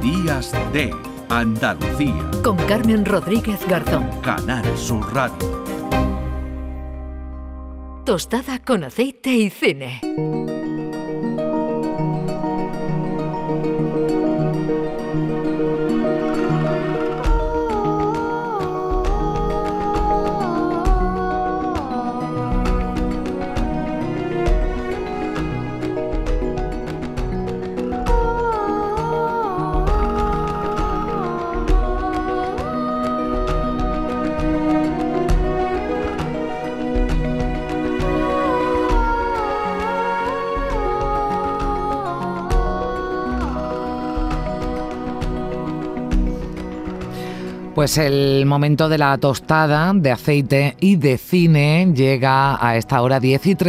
Días de Andalucía. Con Carmen Rodríguez Garzón. Canal Sur Radio. Tostada con aceite y cine. Pues el momento de la tostada de aceite y de cine llega a esta hora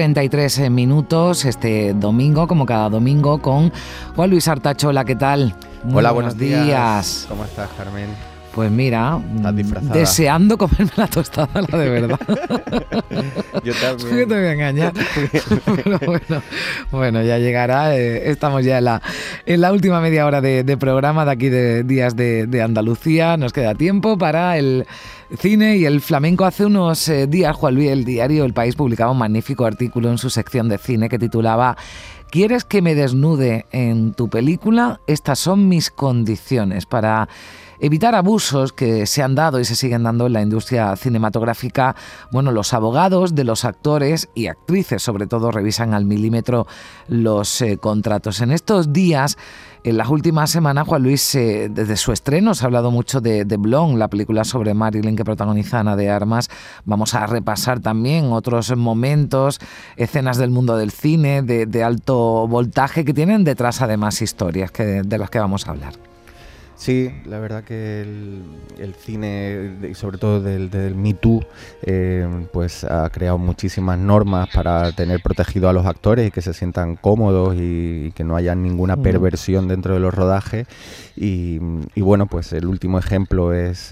10:33 este domingo, como cada domingo, con Juan Luis Artachola. ¿Qué tal? Hola, buenos días. ¿Cómo estás, Carmen? Pues mira, deseando comerme la tostada, la de verdad. Yo también. Yo te voy a engañar. Pero bueno, ya llegará. Estamos ya en la última media hora de programa de aquí de Días de Andalucía. Nos queda tiempo para el cine y el flamenco. Hace unos días, Juan Luis, el diario El País publicaba un magnífico artículo en su sección de cine que titulaba ¿Quieres que me desnude en tu película? Estas son mis condiciones para evitar abusos que se han dado y se siguen dando en la industria cinematográfica. Bueno, los abogados de los actores y actrices, sobre todo, revisan al milímetro los contratos. En estos días, en las últimas semanas, Juan Luis, desde su estreno, se ha hablado mucho de Blonde, la película sobre Marilyn que protagoniza Ana de Armas. Vamos a repasar también otros momentos, escenas del mundo del cine, de alto voltaje, que tienen detrás además historias de las que vamos a hablar. Sí, la verdad que el cine, y sobre todo del Me Too, pues ha creado muchísimas normas para tener protegido a los actores y que se sientan cómodos y que no haya ninguna perversión dentro de los rodajes. Y bueno, pues el último ejemplo es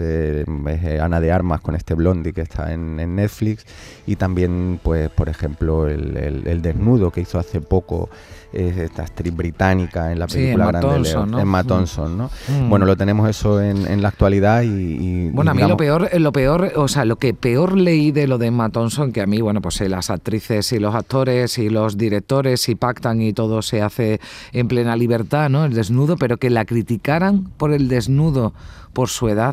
Ana de Armas con este Blondie que está en Netflix, y también, pues por ejemplo, el desnudo que hizo hace poco esta actriz británica en la película Grande Thompson, León, ¿no? Emma Thompson, ¿no? Bueno, lo tenemos eso en la actualidad y bueno, a mí digamos, lo peor, o sea, lo que peor leí de lo de Emma Thompson, que a mí, bueno, pues las actrices y los actores y los directores si pactan y todo se hace en plena libertad, ¿no? El desnudo, pero que la criticaran por el desnudo, por su edad.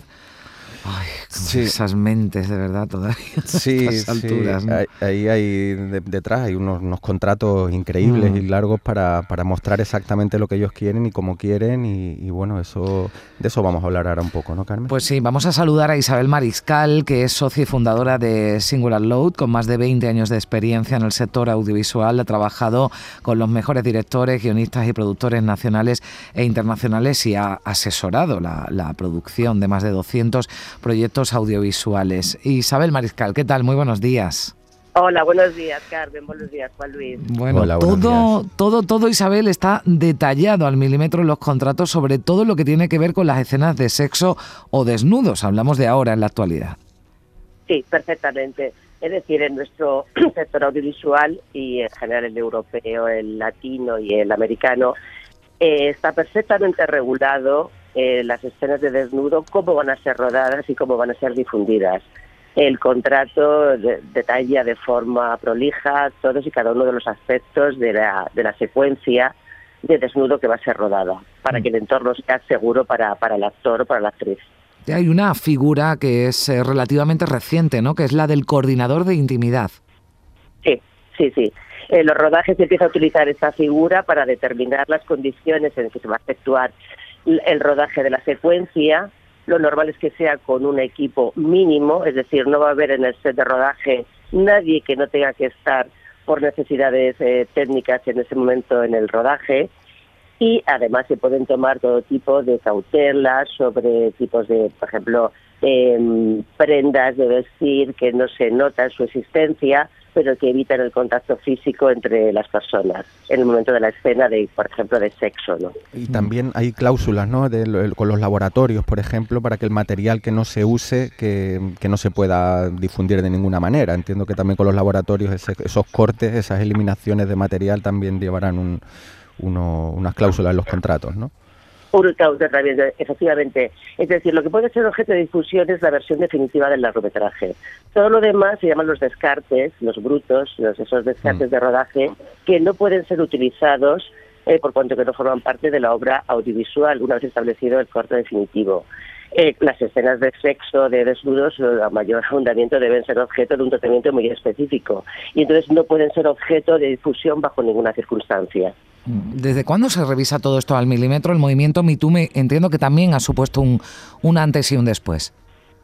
Ay, sí. Esas mentes, de verdad, todavía sí, a estas alturas, sí. ¿no? Ahí hay detrás hay unos contratos increíbles y largos para mostrar exactamente lo que ellos quieren y cómo quieren, y bueno, de eso vamos a hablar ahora un poco, ¿no, Carmen? Pues sí, vamos a saludar a Isabel Mariscal, que es socia y fundadora de Singular Load, con más de 20 años de experiencia en el sector audiovisual. Ha trabajado con los mejores directores, guionistas y productores nacionales e internacionales y ha asesorado la producción de más de 200 proyectos audiovisuales. Isabel Mariscal, ¿qué tal? Muy buenos días. Hola, buenos días, Carmen. Buenos días, Juan Luis. Bueno, hola, todo, Isabel, está detallado al milímetro en los contratos, sobre todo lo que tiene que ver con las escenas de sexo o desnudos. Hablamos de ahora, en la actualidad. Sí, perfectamente. Es decir, en nuestro sector audiovisual y en general el europeo, el latino y el americano, está perfectamente regulado las escenas de desnudo, cómo van a ser rodadas y cómo van a ser difundidas. El contrato detalla de forma prolija todos y cada uno de los aspectos de la secuencia de desnudo que va a ser rodada, para que el entorno sea seguro para el actor o para la actriz. Hay una figura que es relativamente reciente, ¿no?, que es la del coordinador de intimidad. Sí. En los rodajes se empieza a utilizar esta figura para determinar las condiciones en que se va a efectuar el rodaje de la secuencia. Lo normal es que sea con un equipo mínimo, es decir, no va a haber en el set de rodaje nadie que no tenga que estar por necesidades técnicas en ese momento en el rodaje, y además se pueden tomar todo tipo de cautelas sobre tipos de, por ejemplo, prendas de vestir que no se nota su existencia, pero que evitan el contacto físico entre las personas en el momento de la escena, por ejemplo, de sexo, ¿no? Y también hay cláusulas, ¿no?, con los laboratorios, por ejemplo, para que el material que no se use, que no se pueda difundir de ninguna manera. Entiendo que también con los laboratorios esos cortes, esas eliminaciones de material también llevarán unas cláusulas en los contratos, ¿no? Efectivamente. Es decir, lo que puede ser objeto de difusión es la versión definitiva del largometraje. Todo lo demás se llaman los descartes, los brutos, esos descartes de rodaje, que no pueden ser utilizados por cuanto que no forman parte de la obra audiovisual, una vez establecido el corte definitivo. Las escenas de sexo, de desnudos, a mayor abundamiento deben ser objeto de un tratamiento muy específico y entonces no pueden ser objeto de difusión bajo ninguna circunstancia. ¿Desde cuándo se revisa todo esto al milímetro? El movimiento Me Too entiendo que también ha supuesto un antes y un después.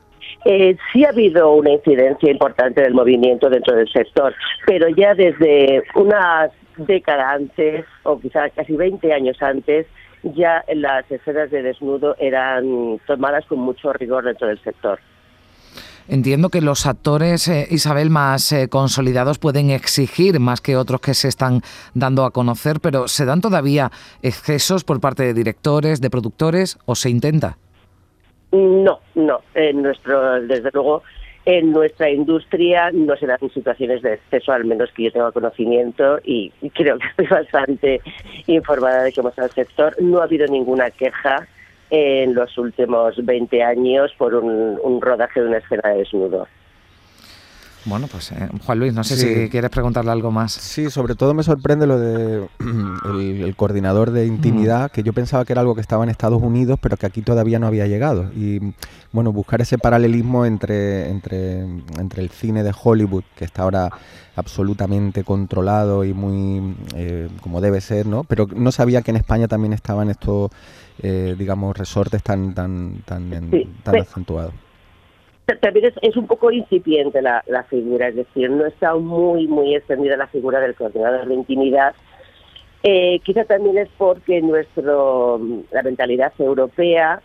Sí ha habido una incidencia importante del movimiento dentro del sector, pero ya desde una década antes, o quizás casi 20 años antes, ya las escenas de desnudo eran tomadas con mucho rigor dentro del sector. Entiendo que los actores, Isabel, más consolidados pueden exigir más que otros que se están dando a conocer, pero ¿se dan todavía excesos por parte de directores, de productores, o se intenta? No. Desde luego, en nuestra industria no se dan situaciones de exceso, al menos que yo tenga conocimiento, y creo que estoy bastante informada de cómo está el sector. No ha habido ninguna queja en los últimos 20 años por un rodaje de una escena de desnudo. Bueno, pues Juan Luis, no sé si quieres preguntarle algo más. Sí, sobre todo me sorprende lo de el coordinador de intimidad, que yo pensaba que era algo que estaba en Estados Unidos, pero que aquí todavía no había llegado. Y bueno, buscar ese paralelismo entre el cine de Hollywood, que está ahora absolutamente controlado y muy como debe ser, ¿no? Pero no sabía que en España también estaban estos, digamos, resortes tan acentuados. También es un poco incipiente la figura, es decir, no está muy extendida la figura del coordinador de intimidad. Quizá también es porque la mentalidad europea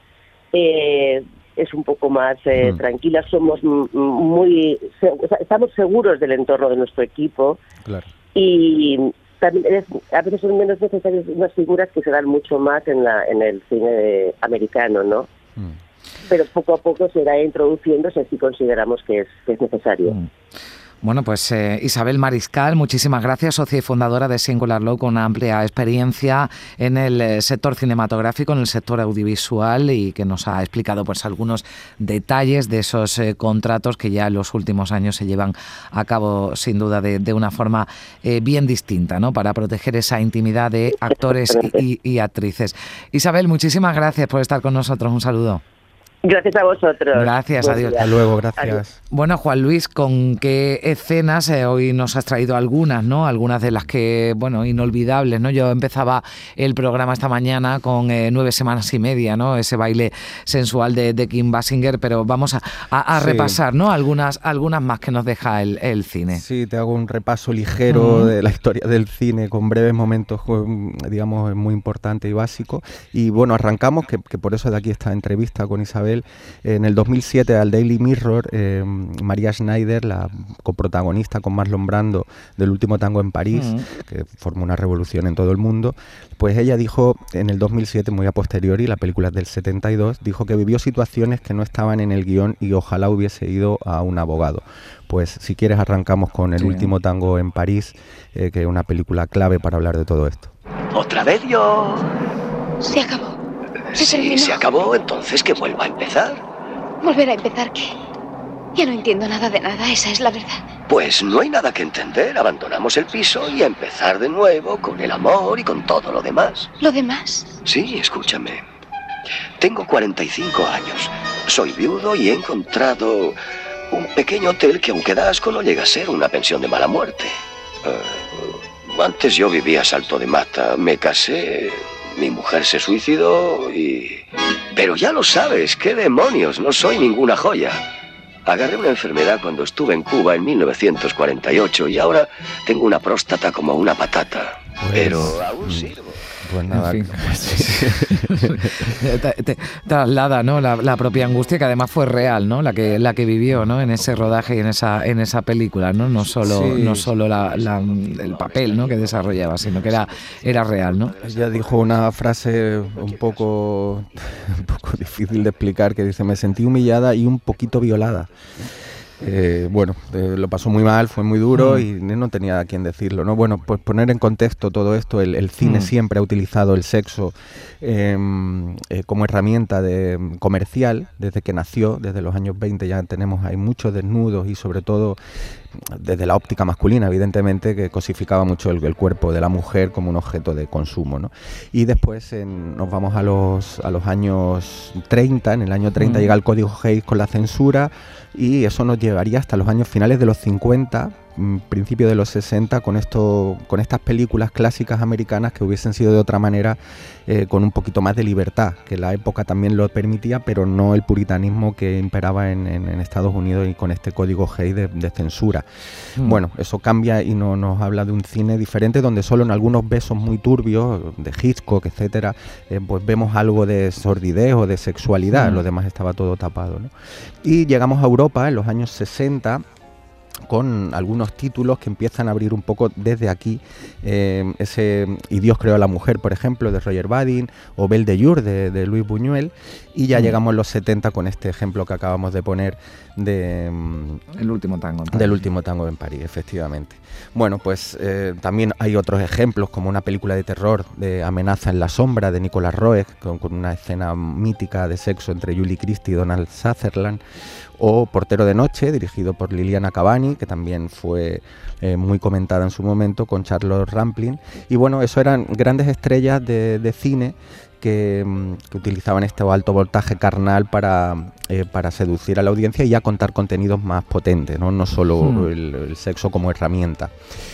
es un poco más tranquila, somos estamos seguros del entorno de nuestro equipo. Claro. Y también a veces son menos necesarias unas figuras que se dan mucho más en el cine americano, ¿no? Pero poco a poco se irá introduciéndose si consideramos que es necesario. Bueno, pues Isabel Mariscal, muchísimas gracias, socia y fundadora de Singular Law, con una amplia experiencia en el sector cinematográfico, en el sector audiovisual, y que nos ha explicado pues algunos detalles de esos contratos que ya en los últimos años se llevan a cabo sin duda de una forma bien distinta, ¿no?, para proteger esa intimidad de actores y actrices. Isabel, muchísimas gracias por estar con nosotros, un saludo. Gracias a vosotros. Gracias, adiós. Hasta luego, gracias. Adiós. Bueno, Juan Luis, ¿con qué escenas? Hoy nos has traído algunas, ¿no? Algunas de las que, bueno, inolvidables, ¿no? Yo empezaba el programa esta mañana con 9 semanas y media, ¿no? Ese baile sensual de Kim Basinger, pero vamos a repasar, ¿no? Algunas más que nos deja el cine. Sí, te hago un repaso ligero de la historia del cine con breves momentos, digamos, muy importante y básico. Y bueno, arrancamos, que por eso de aquí esta entrevista con Isabel. En el 2007 al Daily Mirror, María Schneider, la coprotagonista con Marlon Brando del Último Tango en París, que formó una revolución en todo el mundo, pues ella dijo en el 2007, muy a posteriori, la película es del 72, dijo que vivió situaciones que no estaban en el guión y ojalá hubiese ido a un abogado. Pues si quieres arrancamos con El Último Tango en París, que es una película clave para hablar de todo esto. ¿Otra vez yo? Se acabó. Sí, se acabó, entonces que vuelva a empezar. ¿Volver a empezar qué? Ya no entiendo nada de nada, esa es la verdad. Pues no hay nada que entender, abandonamos el piso y a empezar de nuevo con el amor y con todo lo demás. ¿Lo demás? Sí, escúchame. Tengo 45 años, soy viudo y he encontrado un pequeño hotel que aunque da asco no llega a ser una pensión de mala muerte. Antes yo vivía a salto de mata, me casé... Mi mujer se suicidó y... Pero ya lo sabes, ¿qué demonios? No soy ninguna joya. Agarré una enfermedad cuando estuve en Cuba en 1948 y ahora tengo una próstata como una patata. Pues, pero aún sirvo. Pues nada, en fin. te traslada, ¿no?, la propia angustia, que además fue real, ¿no?, la que vivió, ¿no?, en ese rodaje y en esa película, no solo el papel, ¿no?, que desarrollaba, sino que era real, ¿no? Ella dijo una frase un poco difícil de explicar, que dice: me sentí humillada y un poquito violada. Lo pasó muy mal, fue muy duro y no tenía a quién decirlo, ¿no? Bueno, pues poner en contexto todo esto, el cine siempre ha utilizado el sexo como herramienta comercial desde que nació, desde los años 20 ya tenemos ahí muchos desnudos y sobre todo desde la óptica masculina, evidentemente, que cosificaba mucho el cuerpo de la mujer como un objeto de consumo, ¿no? Y después nos vamos a los años 30, en el año 30 llega el Código Hays con la censura y eso nos llevaría hasta los años finales de los 50, principio de los 60, con estas películas clásicas americanas que hubiesen sido de otra manera, con un poquito más de libertad, que la época también lo permitía, pero no el puritanismo que imperaba en Estados Unidos y con este Código Hays de censura. Bueno, eso cambia y nos habla de un cine diferente, donde solo en algunos besos muy turbios, de Hitchcock, etcétera, pues vemos algo de sordidez o de sexualidad, lo demás estaba todo tapado, ¿no? Y llegamos a Europa en los años 60, con algunos títulos que empiezan a abrir un poco desde aquí, ese Y Dios creó a la mujer, por ejemplo, de Roger Badin, o Belle de Jour, de Luis Buñuel, y ya llegamos en los 70 con este ejemplo que acabamos de poner El último tango en París. Del último tango en París, efectivamente. Bueno, pues también hay otros ejemplos, como una película de terror de Amenaza en la sombra, de Nicolas Roeg, con una escena mítica de sexo entre Julie Christie y Donald Sutherland, o Portero de noche, dirigido por Liliana Cavani, que también fue muy comentada en su momento, con Charlotte Rampling. Y bueno, eso eran grandes estrellas de cine que utilizaban este alto voltaje carnal para seducir a la audiencia y ya contar contenidos más potentes, no solo el sexo como herramienta.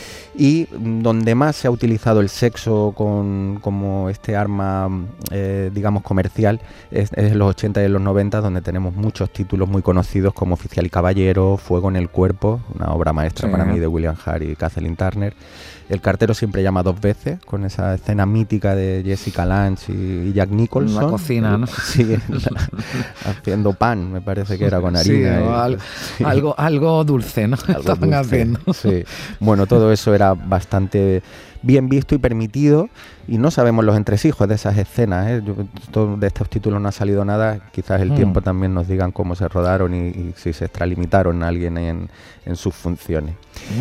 Y donde más se ha utilizado el sexo como este arma, digamos, comercial, es en los 80 y en los 90, donde tenemos muchos títulos muy conocidos como Oficial y Caballero, Fuego en el cuerpo, una obra maestra para mí de William Hart y Kathleen Turner. El cartero siempre llama dos veces, con esa escena mítica de Jessica Lange y Jack Nicholson. En la cocina, ¿no? Sí, haciendo pan, me parece que era con harina. Sí, algo dulce, ¿no? Algo Estaban dulce, haciendo. Sí. Bueno, todo eso era bastante bien visto y permitido, y no sabemos los entresijos de esas escenas, ¿eh? De estos títulos no ha salido nada, quizás el tiempo también nos digan cómo se rodaron y si se extralimitaron a alguien en sus funciones.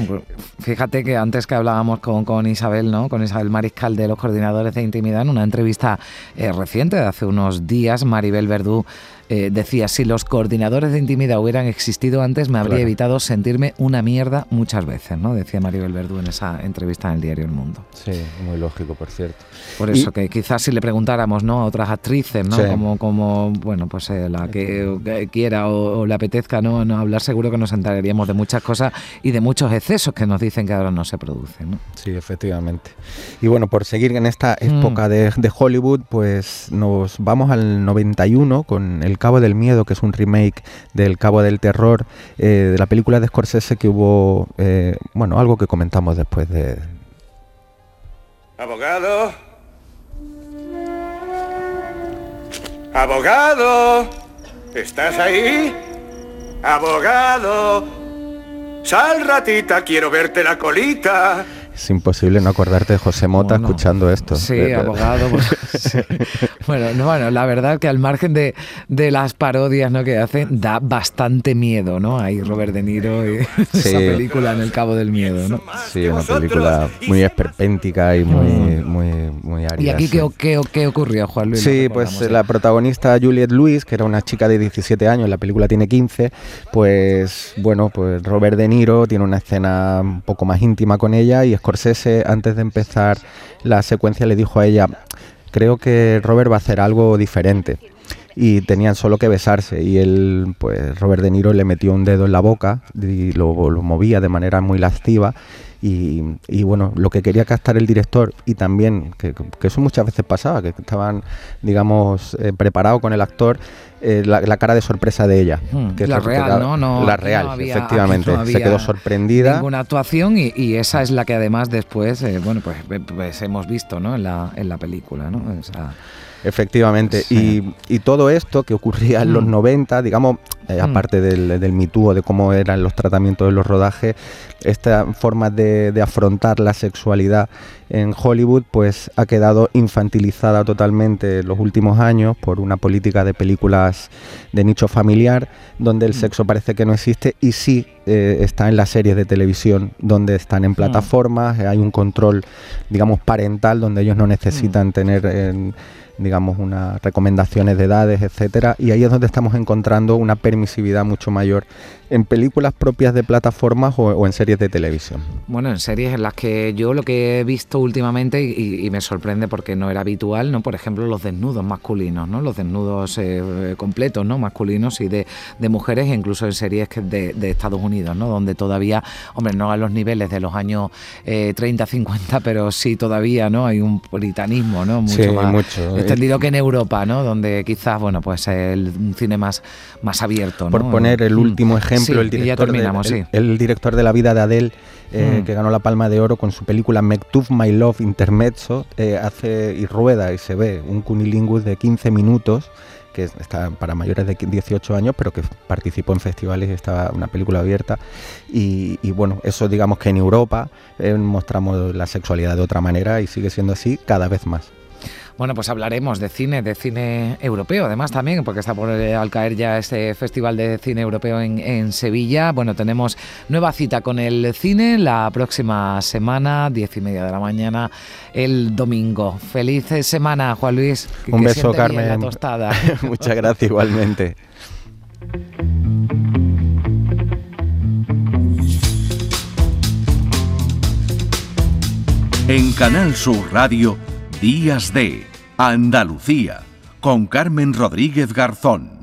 Fíjate que antes que hablábamos con Isabel, ¿no? Con Isabel Mariscal de los coordinadores de intimidad, en una entrevista reciente de hace unos días, Maribel Verdú decía: si los coordinadores de intimidad hubieran existido antes, me habría evitado sentirme una mierda muchas veces, ¿no? Decía Maribel Verdú en esa entrevista en el diario El Mundo. Sí, muy lógico, por cierto. Por eso que quizás si le preguntáramos, ¿no?, a otras actrices, ¿no? Sí. Como bueno, pues la que quiera o le apetezca, ¿no? Hablar, seguro que nos enteraríamos de muchas cosas y de muchos excesos que nos dicen que ahora no se producen, ¿no? Sí, efectivamente. Y bueno, por seguir en esta época de Hollywood, pues nos vamos al 91 con El Cabo del Miedo, que es un remake del Cabo del Terror, de la película de Scorsese, que hubo, algo que comentamos después de... ¡Abogado! ¡Abogado! ¿Estás ahí? ¡Abogado! ¡Sal, ratita! ¡Quiero verte la colita! Es imposible no acordarte de José Mota escuchando esto. Sí, abogado. Pues, sí. Bueno, la verdad que al margen de las parodias, ¿no?, que hacen, da bastante miedo, ¿no? Ahí Robert De Niro y esa película en El Cabo del Miedo, ¿no? Sí, una película muy esperpéntica y muy árida. ¿Y aquí qué ocurrió, Juan Luis? Sí, pues la protagonista Juliette Lewis, que era una chica de 17 años, la película tiene 15, pues Robert De Niro tiene una escena un poco más íntima con ella, y Scorsese, antes de empezar la secuencia, le dijo a ella: creo que Robert va a hacer algo diferente. Y tenían solo que besarse, y él, pues Robert De Niro, le metió un dedo en la boca y lo movía de manera muy lasciva. Y bueno, lo que quería captar el director, y también que eso muchas veces pasaba, que estaban, digamos, preparados con el actor, la cara de sorpresa de ella, que la real, ¿no? La real, no había, efectivamente, no se quedó sorprendida. Ninguna actuación, y esa es la que además después, pues hemos visto, ¿no?, en la película, ¿no? Efectivamente, sí. Y todo esto que ocurría en los 90, digamos, aparte del Me Too o de cómo eran los tratamientos de los rodajes, esta forma de afrontar la sexualidad en Hollywood pues ha quedado infantilizada totalmente en los últimos años por una política de películas de nicho familiar, donde el sexo parece que no existe, y sí está en las series de televisión, donde están en plataformas, hay un control, digamos, parental, donde ellos no necesitan tener digamos, unas recomendaciones de edades, etcétera, y ahí es donde estamos encontrando una permisividad mucho mayor en películas propias de plataformas o en series de televisión. Bueno, en series en las que yo lo que he visto últimamente, y me sorprende porque no era habitual, ¿no? Por ejemplo, los desnudos masculinos, ¿no? Los desnudos completos, ¿no? Masculinos y de mujeres, incluso en series de Estados Unidos, ¿no? Donde todavía, hombre, no a los niveles de los años 30, 50, pero sí todavía, ¿no? Hay un puritanismo, ¿no? Mucho más extendido que en Europa, ¿no? Donde quizás, bueno, pues un cine más abierto, ¿no? Por poner el último ejemplo, sí, el director de La vida de Adele, que ganó la Palma de Oro con su película Mektoub My Love Intermezzo, hace y rueda y se ve un cunilingus de 15 minutos que está para mayores de 18 años, pero que participó en festivales y estaba una película abierta. Y bueno, eso digamos que en Europa mostramos la sexualidad de otra manera y sigue siendo así cada vez más. Bueno, pues hablaremos de cine europeo, además también, porque está por al caer ya este Festival de Cine Europeo en Sevilla. Bueno, tenemos nueva cita con el cine la próxima semana, 10:30 de la mañana, el domingo. Feliz semana, Juan Luis. Un beso, Carmen. La tostada. Muchas gracias, igualmente. En Canal Sur Radio, Días de Andalucía, con Carmen Rodríguez Garzón.